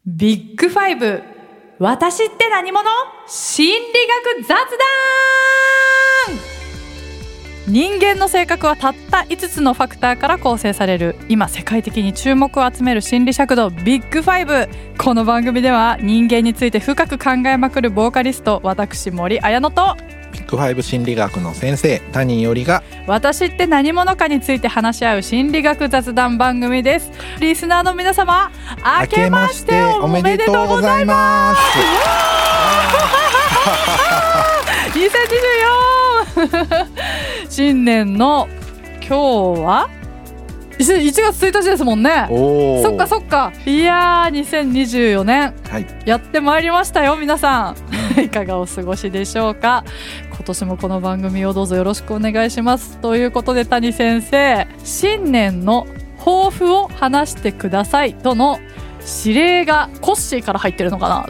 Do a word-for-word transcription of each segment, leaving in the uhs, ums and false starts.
ビッグファイブ、私って何者？心理学雑談。人間の性格はたったいつつのファクターから構成される。今世界的に注目を集める心理尺度ビッグファイブ。この番組では人間について深く考えまくるボーカリスト私森彩乃とビッグファイブ心理学の先生谷よりが私って何者かについて話し合う心理学雑談番組です。リスナーの皆様、明けましておめでとうございます。にせんにじゅうよん新年の今日はいちがつついたちですもんね。 おそっかそっか。いやーにせんにじゅうよねん、はい、やってまいりましたよ皆さん。いかがお過ごしでしょうか。今年もこの番組をどうぞよろしくお願いします。ということで谷先生、新年の抱負を話してくださいとの指令がコッシーから入ってるのかな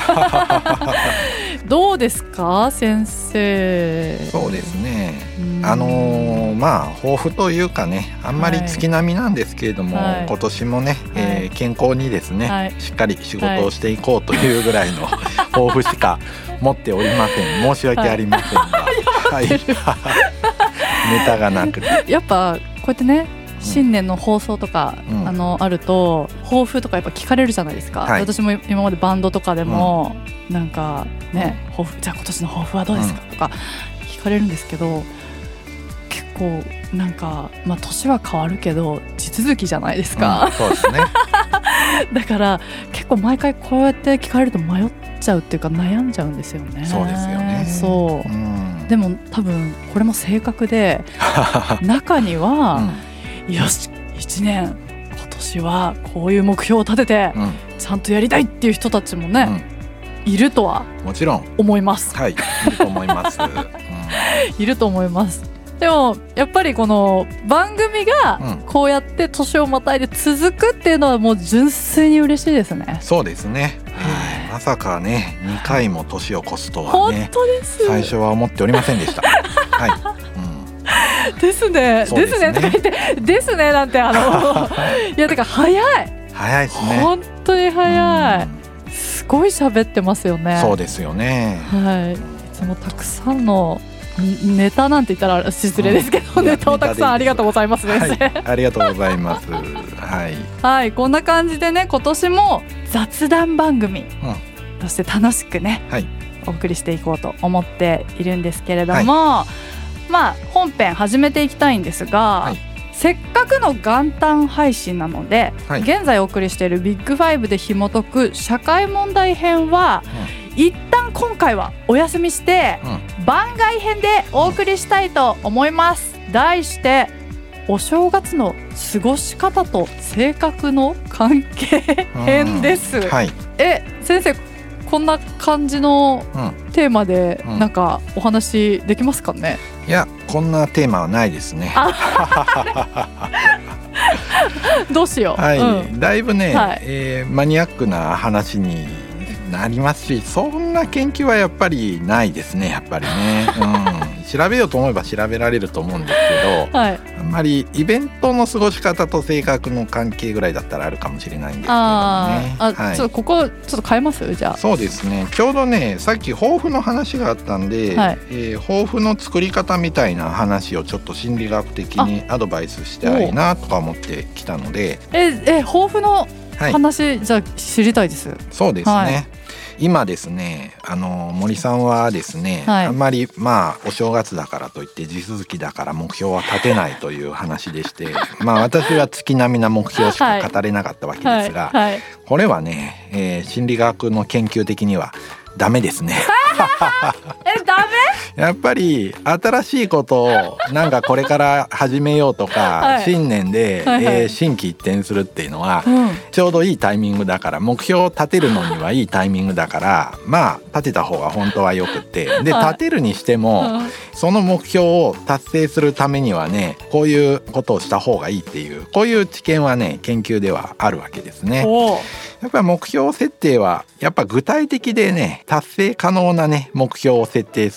どうですか先生。 そうですね、あのー、まあ抱負というかね、あんまり月並みなんですけれども、はい、今年もね、はいえー、健康にですね、はい、しっかり仕事をしていこうというぐらいの抱負しか持っておりません。申し訳ありませんが、はい、ネタがなくてやっぱこうやってね新年の放送とか、うん、あのあると抱負とかやっぱ聞かれるじゃないですか、はい、私も今までバンドとかでも、うん、なんかね、抱負じゃあ今年の抱負はどうですか、うん、とか聞かれるんですけど、結構なんかまあ年は変わるけど地続きじゃないですか、 うん、そうですねだから結構毎回こうやって聞かれると迷っちゃうっていうか悩んじゃうんですよね。 そうですよね。 そう、うん、でも多分これも性格で中には、うん、よしいちねん今年はこういう目標を立てて、うん、ちゃんとやりたいっていう人たちもね、うん、いるとはもちろん思います。 はい、いると思います、うん、 いると思います。でもやっぱりこの番組がこうやって年をまたいで続くっていうのはもう純粋に嬉しいですね。 そうですね、えー、まさかねにかいも年を越すとはね、 本当です最初は思っておりませんでしたはい、うん、 ですねですねですねとか言ってですねなんてあのいやてか早い早いですね。 本当に早い、うん、すごい喋ってますよね。 そうですよね、 はい、いつもたくさんのネタなんて言ったら失礼ですけど、うん、ネタをたくさんありがとうございます先生、 はい、ありがとうございますはい、 はい、こんな感じでね今年も雑談番組として楽しくね、うん、お送りしていこうと思っているんですけれども、はい、まあ本編始めていきたいんですが、はい、せっかくの元旦配信なので、はい、現在お送りしているビッグファイブで紐解く社会問題編は、うん、一旦今回はお休みして、うん、番外編でお送りしたいと思います。題してお正月の過ごし方と性格の関係編です、うんはい、え先生こんな感じのテーマでなんかお話できますかね。 うん、いやこんなテーマはないですねどうしよう、 はいうん、 だいぶね、はいえー、マニアックな話になりますし、そんな研究はやっぱりないですねやっぱりね、うん、調べようと思えば調べられると思うんですけど、はい、あんまりイベントの過ごし方と性格の関係ぐらいだったらあるかもしれないんですけどもね。 ああ、はい、ちょっとここちょっと変えますじゃあ。 そうですね、ちょうどねさっき抱負の話があったんで、はいえー、抱負の作り方みたいな話をちょっと心理学的にアドバイスしたいなとか思ってきたので、 ええ抱負の話、はい、じゃあ知りたいです。 そうですね、はい今ですねあの森さんはですね、はい、あんまりまあお正月だからといって地続きだから目標は立てないという話でしてまあ私は月並みな目標しか語れなかったわけですが、はいはいはい、これはね、えー、心理学の研究的にはダメですねえダメやっぱり新しいことをなんかこれから始めようとか、はい、新年で、はいはいえー、心機一転するっていうのは、うん、ちょうどいいタイミングだから目標を立てるのにはいいタイミングだからまあ立てた方が本当はよくてで、はい、立てるにしても、うん、その目標を達成するためにはねこういうことをした方がいいっていうこういう知見はね研究ではあるわけですね。やっぱり目標設定はやっぱ具体的でね達成可能なね目標を設定するっていう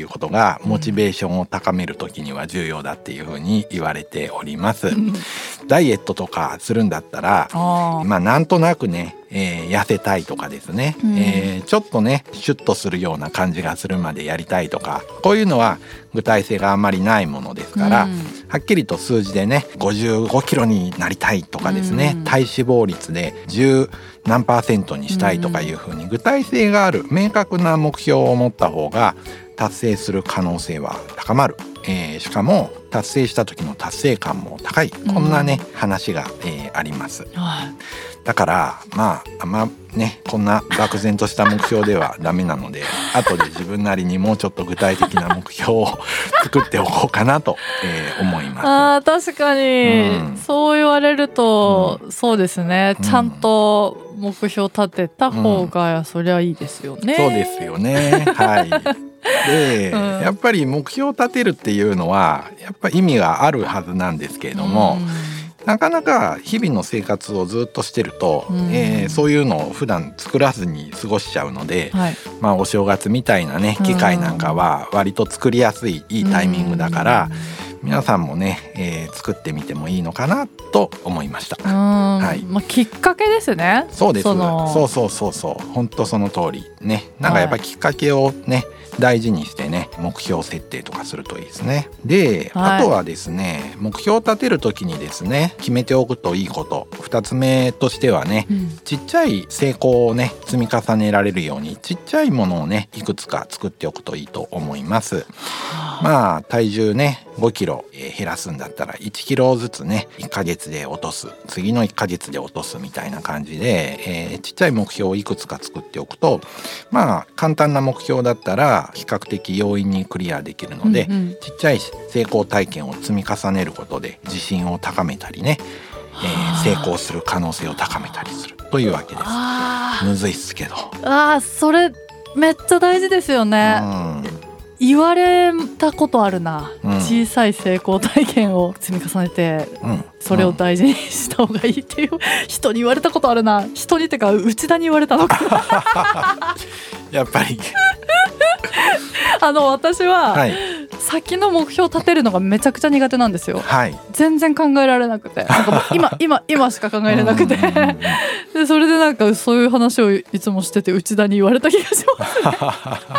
いうことがモチベーションを高める時には重要だっていうふうに言われております。ダイエットとかするんだったら、まあなんとなくね、えー、痩せたいとかですね、うん、えー、ちょっとねシュッとするような感じがするまでやりたいとか、こういうのは具体性があんまりないものですから、うん、はっきりと数字でねごじゅうごキロになりたいとかですね、うん、体脂肪率でじゅう何パーセントにしたいとかいうふうに具体性がある明確な目標を持った方が達成する可能性は高まる、えー、しかも達成した時の達成感も高い、こんなね、うん、話が、えー、あります。だからまああんまねこんな漠然とした目標ではダメなので後で自分なりにもうちょっと具体的な目標を作っておこうかなと、えー、思います。 あ、確かに、うん、そう言われると、うん、そうですね、ちゃんと目標立てた方が、うん、そりゃいいですよね。 そうですよね、はいで、うん、やっぱり目標を立てるっていうのはやっぱ意味があるはずなんですけれども、うん、なかなか日々の生活をずっとしてると、うん、えー、そういうのを普段作らずに過ごしちゃうので、はい、まあお正月みたいなね機会なんかは割と作りやすいいいタイミングだから、うん、皆さんもね、えー、作ってみてもいいのかなと思いました。 うん、はい、まあ、きっかけですね。 そうです。そそうそうそうそう本当その通りね。なんかやっぱりきっかけをね、大事にしてね目標設定とかするといいですね。で、はい、あとはですね目標を立てるときにですね決めておくといいことふたつめとしてはね、うん、ちっちゃい成功をね積み重ねられるようにちっちゃいものをねいくつか作っておくといいと思います。まあ体重ねごキロ減らすんだったらいちキロずつねいっかげつで落とす、次のいっかげつで落とすみたいな感じで、えー、ちっちゃい目標をいくつか作っておくと、まあ簡単な目標だったら比較的容易にクリアできるので、うんうん、ちっちゃい成功体験を積み重ねることで自信を高めたりね、えー、成功する可能性を高めたりするというわけです。むずいっすけど。 あー、それめっちゃ大事ですよね。うん、言われたことあるな、うん、小さい成功体験を積み重ねて、うん、それを大事にした方がいいっていう、うん、人に言われたことあるな。人にってか内田に言われたのかやっぱりあの私は、はい、先の目標を立てるのがめちゃくちゃ苦手なんですよ、はい、全然考えられなくて、なんかもう今今今しか考えれなくてでそれでなんかそういう話をいつもしてて内田に言われた気がしますね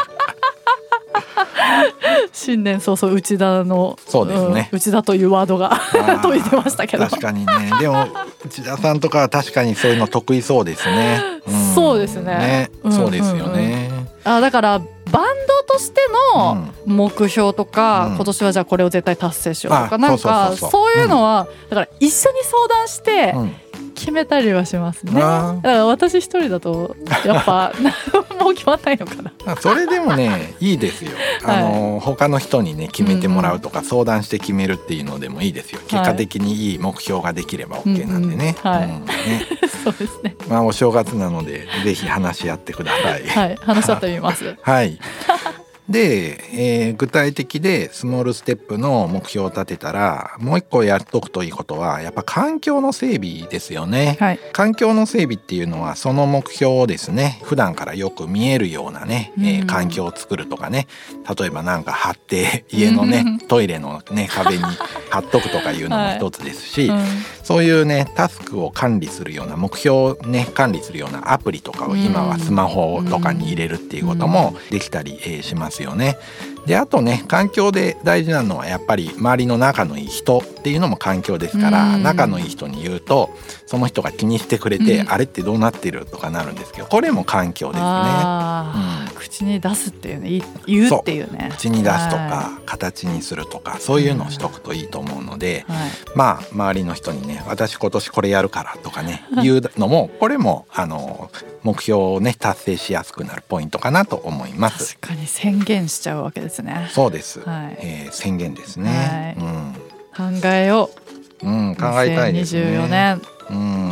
新年早々内田のそうですね、 うん、内田というワードが解いてましたけど、 確かにね。でも内田さんとかは確かにそういうの得意そうですね、 うん、そうです ね, ね、うん、そうですよね、うんうん、 あだからバンドとしての目標とか、うん、今年はじゃあこれを絶対達成しようとか、なんかそういうのはだから一緒に相談して、うん、決めたりはしますね。だから私一人だとやっぱもう決まんないのかなそれでもねいいですよ。あの、はい、他の人にね決めてもらうとか、うん、相談して決めるっていうのでもいいですよ。結果的にいい目標ができれば OK なんでね。 そうですね。 まあお正月なのでぜひ話し合ってください。 はい、話し合ってみますはいで、えー、具体的でスモールステップの目標を立てたらもう一個やっとくといいことはやっぱ環境の整備ですよね、はい、環境の整備っていうのはその目標をですね普段からよく見えるようなね、えー、環境を作るとかね、例えばなんか貼って家のねトイレのね壁に貼っとくとかいうのも一つですし、はい、うん、そういうねタスクを管理するような目標をね管理するようなアプリとかを今はスマホとかに入れるっていうこともできたり、えー、しますよね。であとね環境で大事なのはやっぱり周りの仲のいい人っていうのも環境ですから、うん、仲のいい人に言うとその人が気にしてくれて、うん、あれってどうなってるとかなるんですけど、これも環境ですね。あ、 うん、口に出すっていうね、言うっていうね、 口に出すとか、はい、形にするとかそういうのをしとくといいと思うので、うん、はい、まあ周りの人にね私今年これやるからとかね言うのもこれもあの目標をね達成しやすくなるポイントかなと思います。 確かに宣言しちゃうわけですね。 そうです、はい、えー、宣言ですね、 はい、うん、考えよう、うん、考えたいですね。にせんにじゅうよねん、うん、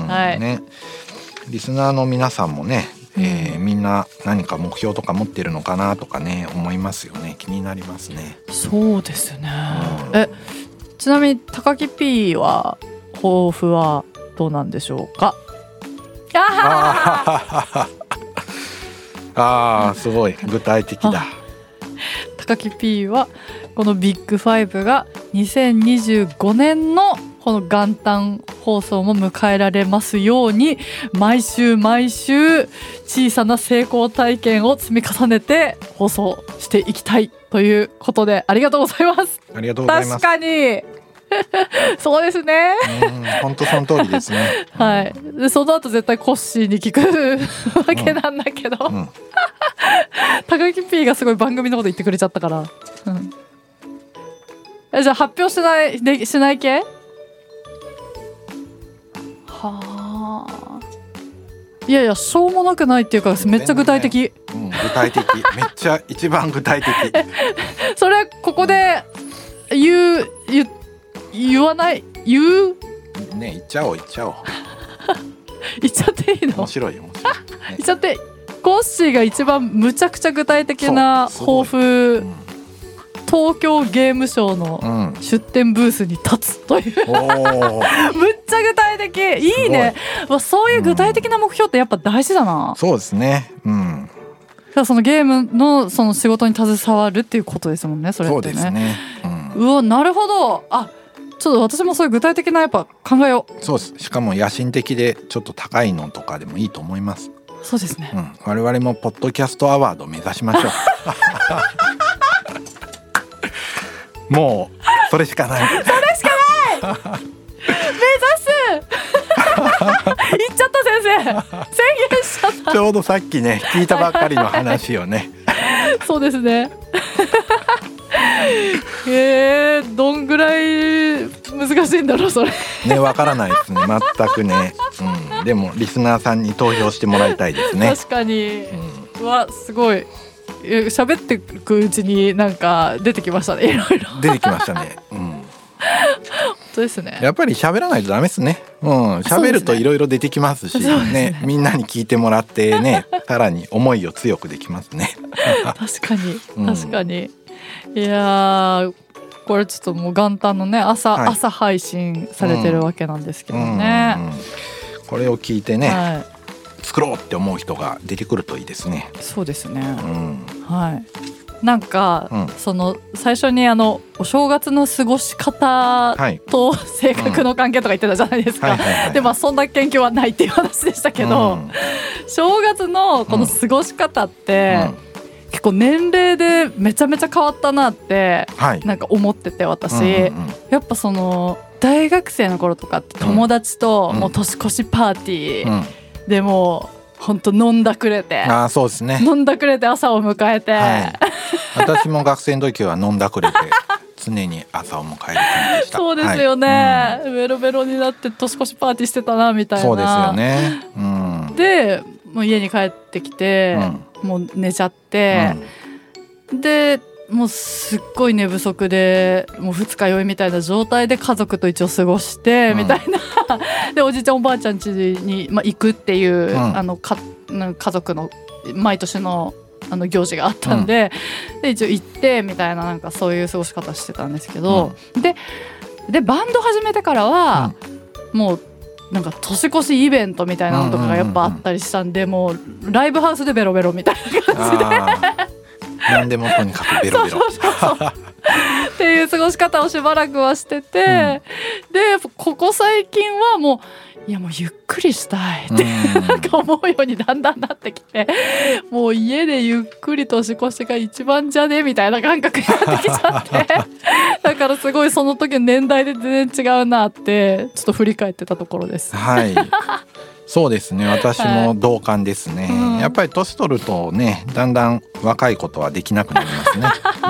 はいね、リスナーの皆さんもね、えー、みんな何か目標とか持ってるのかなとかね思いますよね。気になりますね。 そうですね、うん、えちなみに高木 P は抱負はどうなんでしょうか。 ああすごい具体的だ。 高木 P はこのビッグファイブがにせんにじゅうごねんのこの元旦放送も迎えられますように、毎週毎週小さな成功体験を積み重ねて放送していきたいということで、ありがとうございます。 ありがとうございます。 確かにそうですね。 本当その通りですね。 はい。でその後絶対コッシーに聞くわけなんだけど、うんうん、高木 P がすごい番組のこと言ってくれちゃったから、うん、えじゃあ発表しないでしない系？はあ。いやいやしょうもなくないっていうかめっちゃ具体的、 うん、具体的めっちゃ一番具体的それここで言う言言わない言うね言っちゃおう言っちゃおう言っちゃっていいの？ 面白い面白い、ね、 言っちゃって。コッシーが一番むちゃくちゃ具体的な抱負、うん、東京ゲームショウの出店ブースに立つという、うん、むっちゃ具体的いいね。そういう具体的な目標ってやっぱ大事だな、 うん、そうですね、うん、 そのゲーム の, その仕事に携わるっていうことですもんね、それってね。 そうですね、 うん、うわなるほど。あちょっと私もそういう具体的なやっぱ考えよう。 そうです。しかも野心的でちょっと高いのとかでもいいと思います。 そうですね、 うん、我々もポッドキャストアワード目指しましょうもうそれしかないそれしかない目指す言っちゃった先生宣言しちゃったちょうどさっきね聞いたばっかりの話をねそうですねえー、どんぐらい難しいんだろうそれね、わからないですね全くね、うん、でもリスナーさんに投票してもらいたいですね。 確かに、うん、わすごい喋っていくうちになんか出てきましたねいろいろ出てきましたね、うん、本当ですね。 やっぱり喋らないとダメですね。うん、喋るといろいろ出てきますし ね, ねみんなに聞いてもらってねさらに思いを強くできますね確かに確かに、うん、いやこれちょっともう元旦のね 朝,、はい、朝配信されてるわけなんですけどね、うんうんうん、 これを聞いてね、はい、作ろうって思う人が出てくるといいですね。 そうですね、うん、はいなんか、うん、その最初にあのお正月の過ごし方と性格の関係とか言ってたじゃないですか。でまあそんな研究はないっていう話でしたけど、うん、正月のこの過ごし方って、うんうん結構年齢でめちゃめちゃ変わったなってなんか思ってて私、はいうんうんうん、やっぱその大学生の頃とかって友達ともう年越しパーティー、うん、でもうほんと飲んだくれて、 あそうですね、 飲んだくれて朝を迎えて、はい、 私も学生の時は飲んだくれて常に朝を迎える感じでしたそうですよね、はいうん、ベロベロになって年越しパーティーしてたなみたいな。 そうですよね、うん、 でもう家に帰ってきて、うん、もう寝ちゃって、うん、でもうすっごい寝不足でもう二日酔いみたいな状態で家族と一応過ごして、うん、みたいなでおじいちゃんおばあちゃん家に、まあ、行くっていう、うん、あのか家族の毎年のあの行事があったんで、うん、で一応行ってみたいななんかそういう過ごし方してたんですけど、うん、で, でバンド始めてからは、うん、もうなんか年越しイベントみたいなのとかがやっぱあったりしたんで、もうライブハウスでベロベロみたいな感じで何でもとにかくベロベロそうそうそうそうっていう過ごし方をしばらくはしてて、うん、でここ最近はもういやもうゆっくりしたいってなんか思うようにだんだんなってきて、もう家でゆっくり年越しが一番じゃねみたいな感覚になってきちゃってだからすごいその時の年代で全然違うなってちょっと振り返ってたところです。 はいそうですね、私も同感ですね、はいうん、やっぱり年取るとねだんだん若いことはできなくなりますね、うん、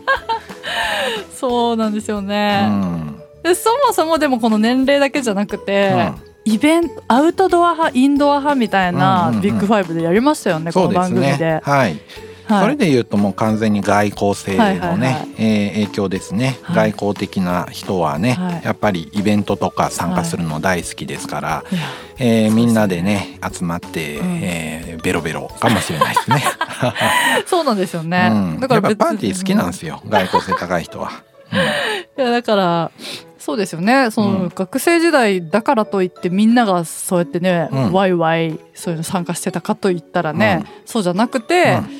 そうなんですよね、うんでそもそもでもこの年齢だけじゃなくて、うん、イベントアウトドア派インドア派みたいなビッグファイブでやりましたよね、うんうんうん、この番組 で, で、ねはいはい、それでいうともう完全に外交性のね、はいはいはいえー、影響ですね、はい、外交的な人はね、はい、やっぱりイベントとか参加するの大好きですから、はいえー、みんなでね集まって、うんえー、ベロベロかもしれないですねそうなんですよね、 うん、だからやっぱパーティー好きなんですよ、うん、外交性高い人は、うん、いやだからそうですよね、その、うん、学生時代だからといってみんながそうやってね、うん、ワイワイそういうの参加してたかといったらね、うん、そうじゃなくて、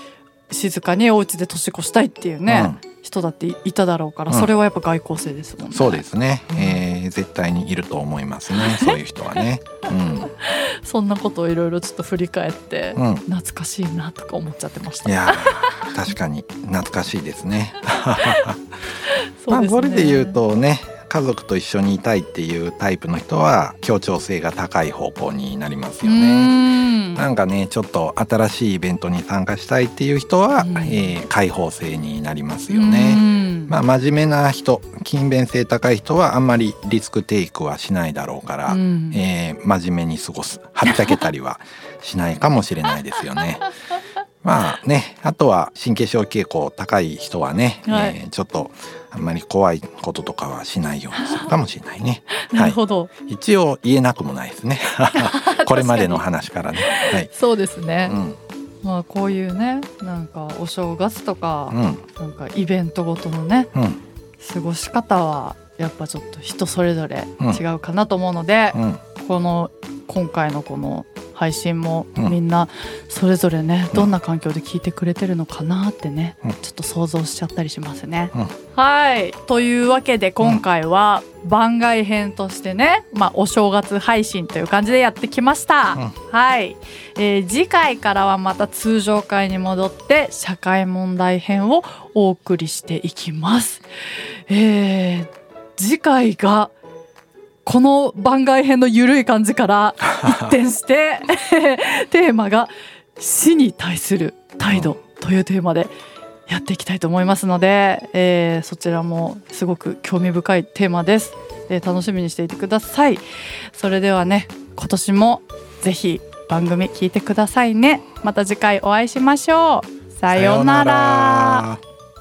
静かにお家で年越したいっていうね、うん、人だっていただろうから、それはやっぱ外交性ですもんね、 うん、そうですね、えー、絶対にいると思いますねそういう人はね、うん、 そんなことをいろいろちょっと振り返って、うん、懐かしいなとか思っちゃってました。 いや確かに懐かしいですねまあこれで言うとね、家族と一緒にいたいっていうタイプの人は協調性が高い方向になりますよね。なんかねちょっと新しいイベントに参加したいっていう人は、えー、開放性になりますよね。まあ真面目な人、勤勉性高い人はあんまりリスクテイクはしないだろうから、えー、真面目に過ごす、はっちゃけたりはしないかもしれないですよねまあね、あとは神経症傾向高い人はね、はい、えー、ちょっとあんまり怖いこととかはしないようにするかもしれないねなるほど、 はい、一応言えなくもないですねこれまでの話からね、はい、 そうですね、うん、まあこういうね、なんかお正月とか、うん、なんかイベントごとのね、うん、過ごし方はやっぱちょっと人それぞれ違うかなと思うので、うん、この今回のこの配信もみんなそれぞれね、うん、どんな環境で聞いてくれてるのかなってね、うん、ちょっと想像しちゃったりしますね、うん、はいというわけで今回は番外編としてね、まあ、お正月配信という感じでやってきました、うん、はい、えー、次回からはまた通常回に戻って社会問題編をお送りしていきます、えー、次回がこの番外編のゆるい感じから一転してテーマが死に対する態度というテーマでやっていきたいと思いますので、えー、そちらもすごく興味深いテーマです、えー、楽しみにしていてください。それではね、今年もぜひ番組聞いてくださいね。また次回お会いしましょう。さようなら。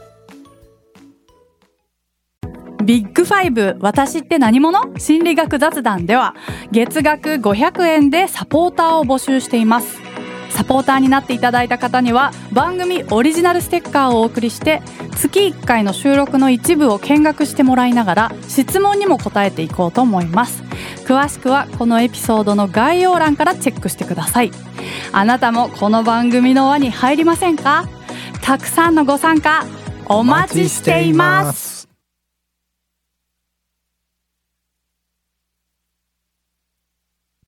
ビッグファイブ私って何者？心理学雑談では月額ごひゃくえんでサポーターを募集しています。サポーターになっていただいた方には番組オリジナルステッカーをお送りして、月いっかいの収録の一部を見学してもらいながら質問にも答えていこうと思います。詳しくはこのエピソードの概要欄からチェックしてください。あなたもこの番組の輪に入りませんか？たくさんのご参加お待ちしています。